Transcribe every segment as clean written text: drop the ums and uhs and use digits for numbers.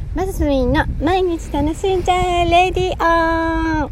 マスミンの毎日楽しんじゃえレディオ。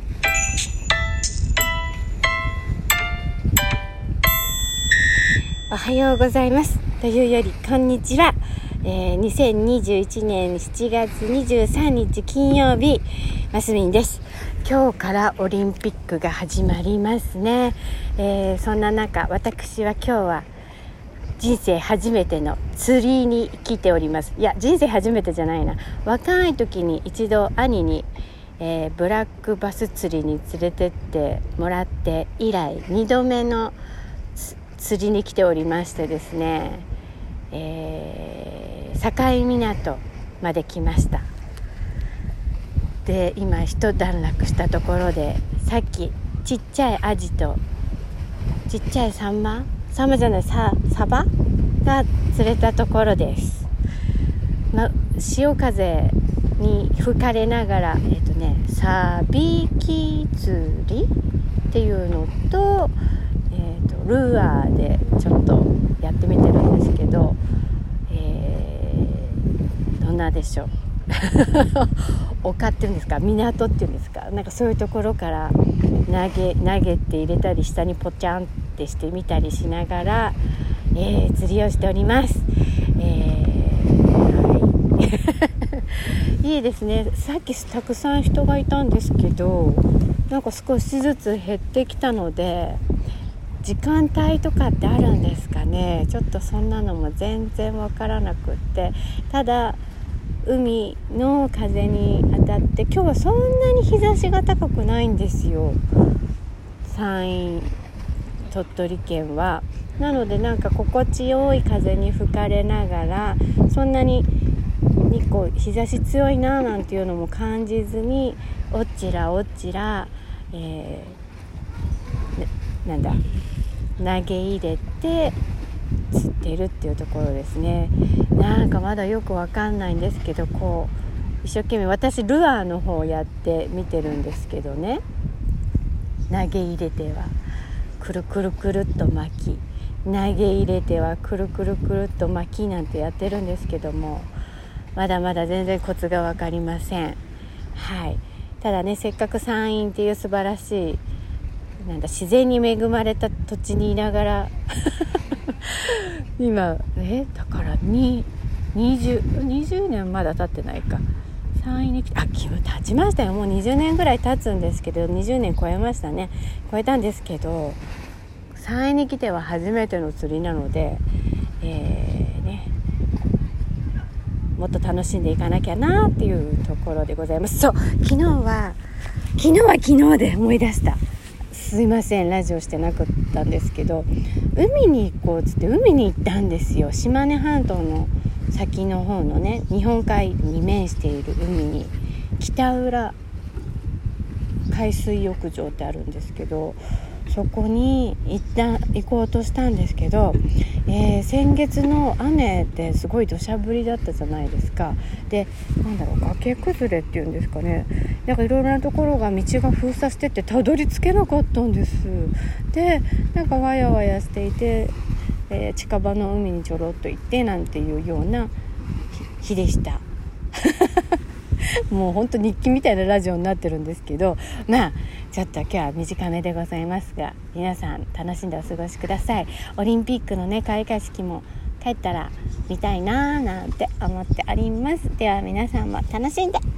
おはようございますというよりこんにちは。2021年7月23日金曜日、マスミンです。今日からオリンピックが始まりますね。そんな中、私は今日は人生初めての釣りに来ております。いや、人生初めてじゃないな。若い時に一度兄に、ブラックバス釣りに連れてってもらって以来2度目の釣りに来ておりましてですね、境港まで来ました。で、今一段落したところで、さっきちっちゃいアジとちっちゃいサンマじゃない、サバが釣れたところです。潮風に吹かれながら、サビキ釣りっていうのと、ルアーでちょっとやってみてるんですけど、どんなでしょう丘っていうんですか、港っていうんですか、なんかそういうところから投げて入れたり、下にポチャンってしてみたりしながら、釣りをしております。いいですね。さっきたくさん人がいたんですけど、なんか少しずつ減ってきたので、時間帯とかってあるんですかね。ちょっとそんなのも全然わからなくって、ただ海の風に当たって、今日はそんなに日差しが高くないんですよ、山陰鳥取県は。なのでなんか心地よい風に吹かれながら、そんなに日差し強いななんていうのも感じずに、おっちらおっちら、投げ入れて釣ってるっていうところですね。なんかまだよくわかんないんですけど、一生懸命私ルアーの方をやって見てるんですけどね、投げ入れてはくるくるくるっと巻き、投げ入れてはくるくるくるっと巻きなんてやってるんですけども、まだまだ全然コツが分かりません。はい。ただね、せっかく山陰っていう素晴らしい自然に恵まれた土地にいながら今だから20年まだ経ってないか、山陰に来て気分経ちましたよ。もう20年ぐらい経つんですけど、20年超えましたね。超えたんですけど、山陰に来ては初めての釣りなので、もっと楽しんでいかなきゃなっていうところでございます。そう、昨日は昨日で思い出した。すいません、ラジオしてなかったんですけど、海に行こうっつって海に行ったんですよ。島根半島の先の方のね、日本海に面している海に、北浦海水浴場ってあるんですけど、そこに行こうとしたんですけど、先月の雨ですごい土砂降りだったじゃないですか。で、崖崩れっていうんですかね、なんかいろいろなところが道が封鎖しててたどり着けなかったんです。で、なんかわやわやしていて、近場の海にちょろっと行ってなんていうような日でしたもう本当日記みたいなラジオになってるんですけど、ちょっと今日は短めでございますが、皆さん楽しんでお過ごしください。オリンピックのね、開会式も帰ったら見たいななんて思っております。では皆さんも楽しんで